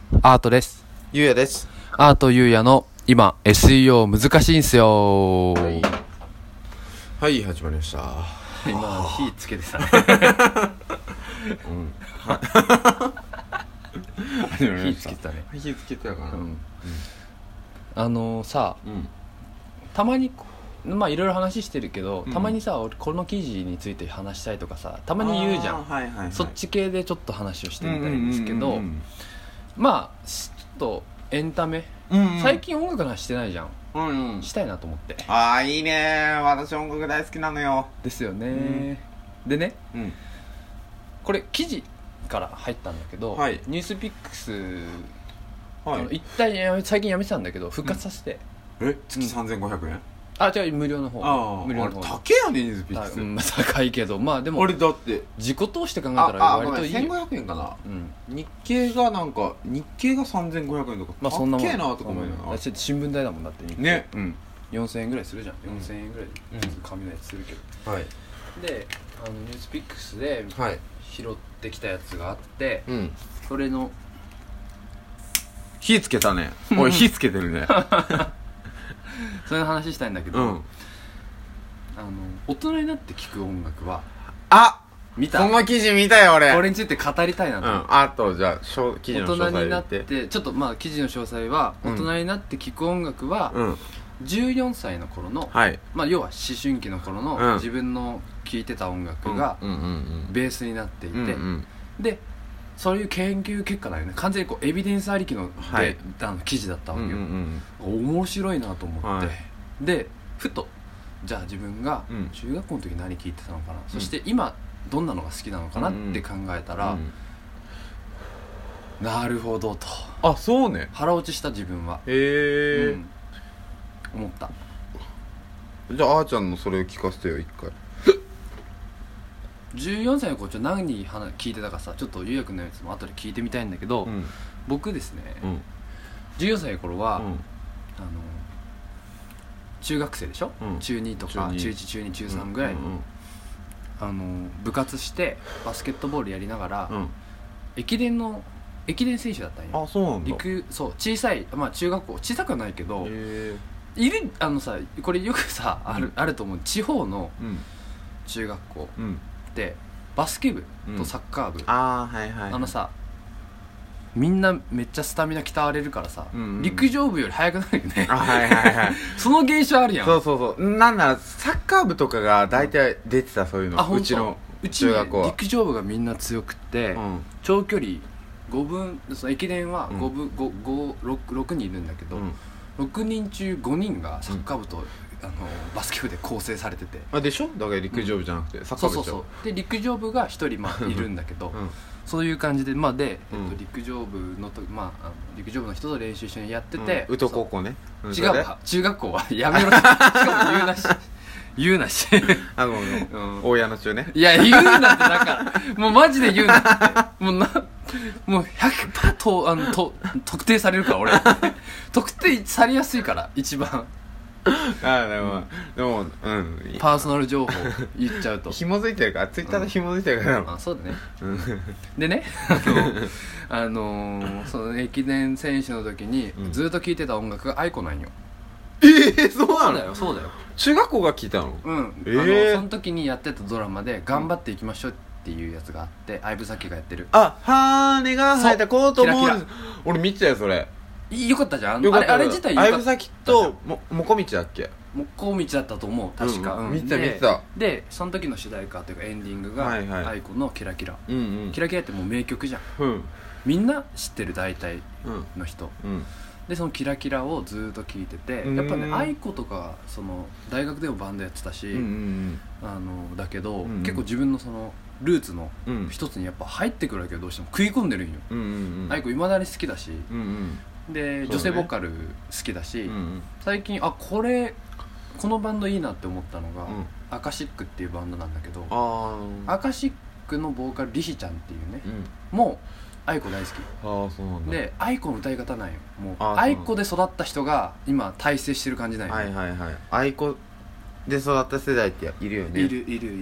アートです。 ゆうやです。 アートゆうやの今 SEO 難しいんすよ。 はい、始まりました。 今火つけてたね。火つけてたね。 火つけてたかな。さ、たまにまあいろいろ話してるけど、たまにさ、俺この記事について話したいとかさ、たまに言うじゃん。そっち系でちょっと話をしてみたいんですけど、まあちょっとエンタメ、最近音楽の話してないじゃん。したいなと思って。 ああ、いいね。私音楽大好きなのよ。 ですよね。でね、これ記事から入ったんだけど、ニュースピックス、一体最近やめてたんだけど復活させて、 月3500円？ あ、違う、無料の方。 無料の方。高えやね、ニュースピックス。 高いけど、まあでも俺だって自己投資って考えたら割といいよ。 1500円かな。日経が3500円とか、 まあそんなもん。 高えなとか思うよな。 新聞代だもんだってね。 4000円ぐらいするじゃん。4000円ぐらい紙のやつするけど。で、ニュースピックスで拾ってきたやつがあって、それの火つけたね。おい、火つけてるね。 そういう話したいんだけど、大人になって聴く音楽は見た？ その記事見たよ俺。 これについて語りたいなと。 あとじゃあ記事の詳細大人になってちょっとまあ記事の詳細は、大人になって聴く音楽は、14歳の頃の、まあ要は思春期の頃の自分の聴いてた音楽がベースになっていて、でそういう研究結果だよね。完全にこうエビデンスありきの記事だったわけよ。面白いなと思って、でふとじゃあ自分が中学校の時何聴いてたのかな、そして今どんなのが好きなのかなって考えたら、なるほどと。 あ、そうね。 腹落ちした自分は。思った。 じゃああーちゃんのそれを聞かせてよ一回。 14歳の子何聞いてたかさ、ちょっとゆうやくんのやつも後で聞いてみたいんだけど、僕ですね、14歳の頃は、中学生でしょ、中2とか中1中2中3ぐらいの、部活してバスケットボールやりながら、駅伝選手だったんよ。 あ、そうなんだ。 そう、小さい、まあ中学校小さくはないけど、いるさ、これよくさ、あると思う。地方の中学校でバスケ部とサッカー部、さ、みんなめっちゃスタミナ鍛われるからさ、陸上部より速くなるよね。その現象あるやん。 そうなんならサッカー部とかが大体出てた、そういうの。うちの中学校は陸上部がみんな強くて、長距離5分、その駅伝は6人いるんだけど、6人中5人がサッカー部とバスケ部で構成されてて。 でしょ。だから陸上部じゃなくてサッカー部。 そうで陸上部が1人いるんだけど、そういう感じで、陸上部の陸上部の人と練習一緒にやってて、 宇都高校ね。 違うわ、中学校はやめろ。しかも言うなし大家の中ね。 いや、言うなって。だからもうマジで言うなって。もう 100% 特定されるから俺。特定されやすいから一番。 でもパーソナル情報言っちゃうと紐づいてるから、ツイッターで紐づいてるから。 そうだね。でね、その駅伝選手の時にずっと聴いてた音楽がアイコなんよ。 そうなの？ そうだよ。 中学校が聴いたの？ その時にやってたドラマで「頑張っていきましょう」っていうやつがあって、相武咲がやってる。 羽が生えた子とも。俺見てたよそれ。 よかったじゃん。あれ自体よかった。 相武咲ともこみちだっけ？ もこみちだったと思う、確か。 見てた。 でその時の主題歌というかエンディングがアイコのキラキラ。キラキラってもう名曲じゃん。みんな知ってる、大体の人で。そのキラキラをずっと聴いてて、やっぱね、アイコとかその大学でもバンドやってたし、だけど結構自分のそのルーツの一つにやっぱ入ってくるわけよ。どうしても食い込んでるんよ。アイコ未だに好きだし、で女性ボーカル好きだし、最近このバンドいいなって思ったのが、アカシックっていうバンドなんだけど、アカシックのボーカルリヒちゃんっていうね、もうアイコ大好き。 そうなんだ。 でアイコの歌い方なんよ。もうアイコで育った人が今大成してる感じなんよ。 アイコで育った世代っているよね。 い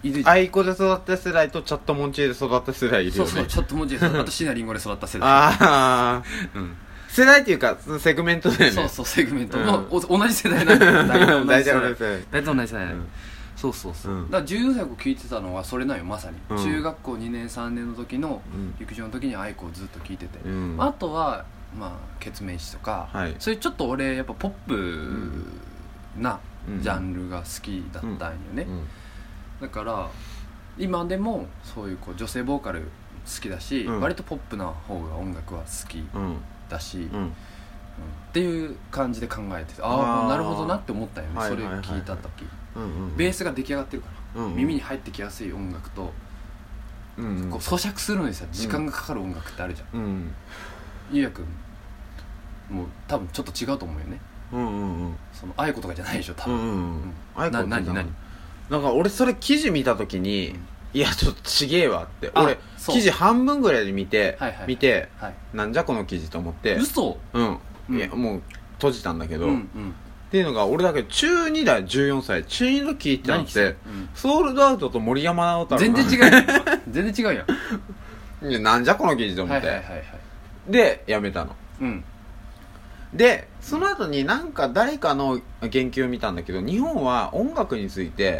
いるじゃん。 愛子で育った世代とチャットモンチーで育った世代いるよね。 そうそう、チャットモンチーで育ったシナリンゴで育った世代。 ああ、うん、世代っていうかセグメントだよね。 そうそう、セグメントの、同じ世代なんだよ。 大体同じ世代。 大体同じ世代。そうそうそう、だから14歳聞いてたのはそれなんよ、まさに、中学校2年3年の時の陸上の時に愛子をずっと聞いてて、あとはまあケツメイシとか、そういうちょっと俺やっぱポップなジャンルが好きだったんよね、だから今でもそういう女性ボーカル好きだし、割とポップな方が音楽は好きだし、っていう感じで考えてて、ああなるほどなって思ったよね、それ聞いた時。ベースが出来上がってるから、耳に入ってきやすい音楽と、こう咀嚼するのにさ時間がかかる音楽ってあるじゃん。ゆうやくんもう多分ちょっと違うと思うよね。その愛子とかじゃないでしょ多分。何なんか俺それ記事見た時に、いやちょっとちげえわって、俺記事半分ぐらいで見てなんじゃこの記事と思って、 嘘。 いやもう閉じたんだけど、っていうのが俺だけ中2だよ、14歳中2の時ってなって、ソールドアウトと森山直太朗全然違うやん全然違うやん。 いやなんじゃこの記事と思って、でやめたの。でその後になんか誰かの言及を見たんだけど、日本は音楽について、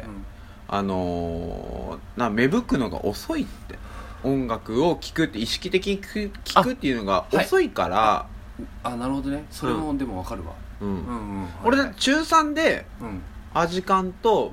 芽吹くのが遅いって、音楽を聴くって意識的に聴くっていうのが遅いから。 あ、なるほどね。それもでも分かるわ。 俺中3でアジカンと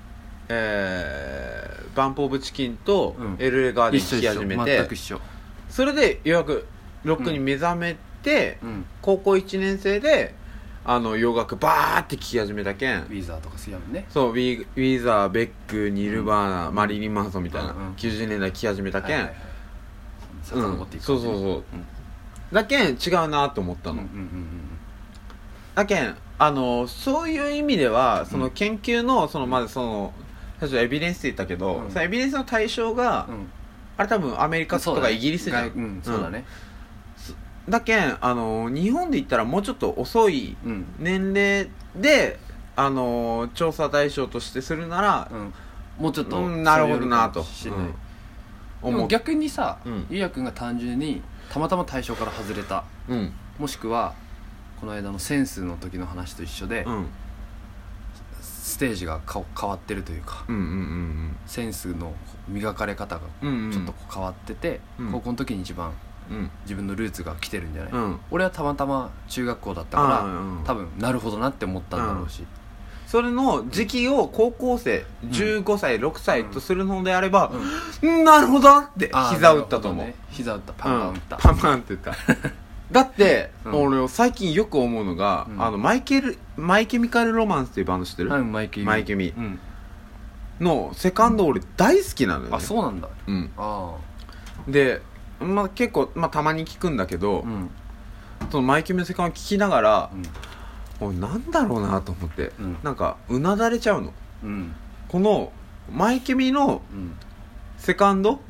バンプオブチキンとLA ガーデン聴き始めて、それでようやくロックに目覚めて、高校1年生で洋楽バーって聴き始めたけん、ウィザーとか好きやもんね。 そう、ウィザー、ベック、ニルバーナ、マリリン・マンソンみたいな90年代聴き始めたけん、そうそうそう、だけん違うなと思ったの。だけんそういう意味ではその研究のまず最初エビデンスって言ったけど、そのエビデンスの対象があれ多分アメリカとかイギリスじゃん。 そうだね。 だけん日本で言ったらもうちょっと遅い年齢で調査対象としてするなら、 もうちょっとなるほどなと。 でも逆にさ、ゆうやくんが単純にたまたま対象から外れた、もしくはこの間のセンスの時の話と一緒で、ステージが変わってるというか、センスの磨かれ方がちょっと変わってて、高校の時に一番自分のルーツが来てるんじゃない、俺はたまたま中学校だったから、多分なるほどなって思ったんだろうし、 それの時期を高校生15歳6歳とするのであれば、なるほどって膝を打ったと思う。 膝打った、パンパン打った、 パンパンって打っただって俺最近よく思うのが、マイケミカルロマンスっていうバンド知ってる？マイケミのセカンド俺大好きなのよね。 あ、そうなんだ。 で結構たまに聞くんだけど、そのマイケミのセカンド聞きながら、なんだろうなと思って、なんかうなだれちゃうの、このマイケミのセカンド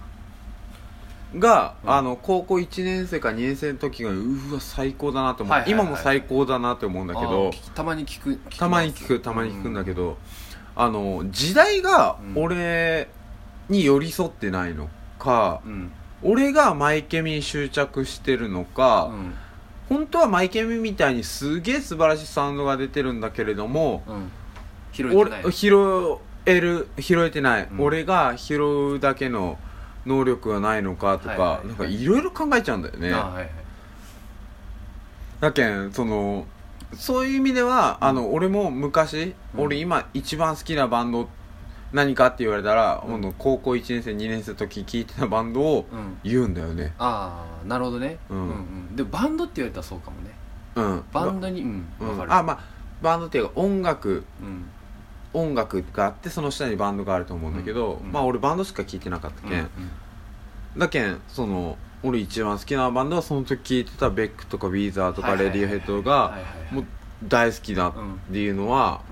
が、高校1年生か2年生の時がうわ最高だなと思う、今も最高だなって思うんだけど、 たまに聞くんだけど、時代が俺に寄り添ってないのか、俺がマイケミに執着してるのか、本当はマイケミみたいにすげえ素晴らしいサウンドが出てるんだけれども、拾えてない、俺が拾うだけの能力がないのかとか、なんかいろいろ考えちゃうんだよね。だけんそういう意味では俺も昔、俺今一番好きなバンド何かって言われたら、高校1年生2年生の時聴いてたバンドを言うんだよね。 ああ、なるほどね。でもバンドって言われたらそうかもね。バンドに分かる。 バンドっていうか音楽があって、その下にバンドがあると思うんだけど、俺バンドしか聴いてなかったけん、だけん俺一番好きなバンドはその時聴いてたベックとかウィザーとかレディオヘッドがもう大好きだっていうのは、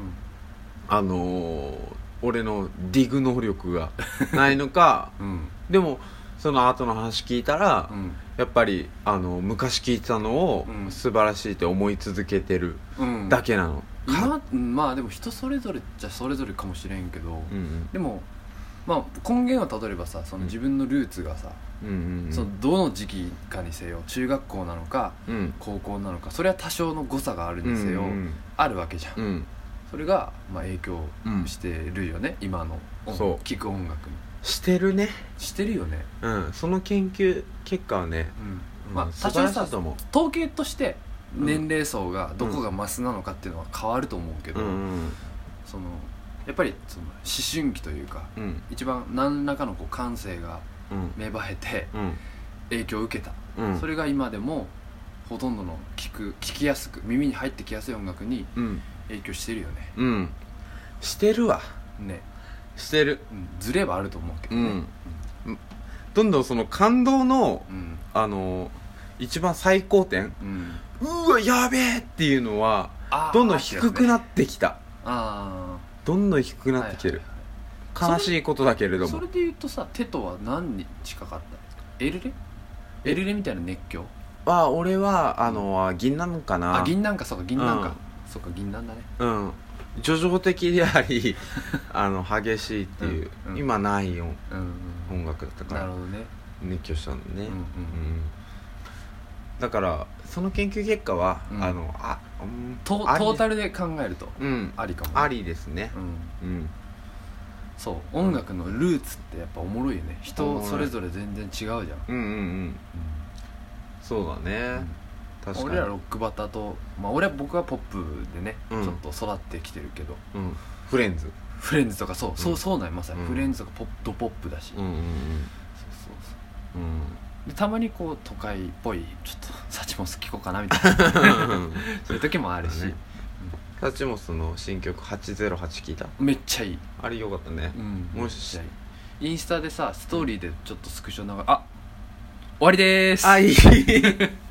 俺のディグ能力がないのか、でもその後の話聞いたら、やっぱり昔聞いてたのを素晴らしいって思い続けてるだけなの、 まあでも人それぞれじゃそれぞれかもしれんけど、でもまあ根源をたどればさ、その自分のルーツがさ、そのどの時期かにせよ、中学校なのか、高校なのか、それは多少の誤差があるにせよ、あるわけじゃん、それがまあ影響してるよね、今の聴く音楽にしてるね。 してるよね。 その研究結果はね、 まあ多少さ、統計として年齢層がどこがマスなのかっていうのは変わると思うけど、そのやっぱりその思春期というか、一番何らかのこう感性が芽生えて影響を受けた、それが今でもほとんどの聞きやすく、耳に入ってきやすい音楽に影響してるよね。 してるわね。 してる、 ズレはあると思うけどね、 どんどんその感動の、一番最高点、うわやべえっていうのはどんどん低くなってきた。どんどん低くなってきてる、悲しいことだけれども。 それで言うとさ、テトは何に近かった？エルレみたいな熱狂は、俺は銀杏かな。 銀杏か、そうか銀杏か、そうか銀杏だね。 叙情的であり激しいっていう、今ない音楽だったから、 なるほどね、 熱狂したのね。だからその研究結果は、 トータルで考えるとありかも、 ありですね。 そう、音楽のルーツってやっぱおもろいよね。人それぞれ全然違うじゃん。 そうだね。確かに俺らロックバタと、僕はポップでね、ちょっと育ってきてるけど、 フレンズとかそうなん、まさにフレンズとかドポップだし、でたまにこう都会っぽいちょっとサチモス聴こうかなみたいなそういう時もあるし、 サチモスの新曲808聞いた？ めっちゃいい。 あれよかったね。 もしインスタでさ、ストーリーでちょっとスクショあ、終わりでーす。 いい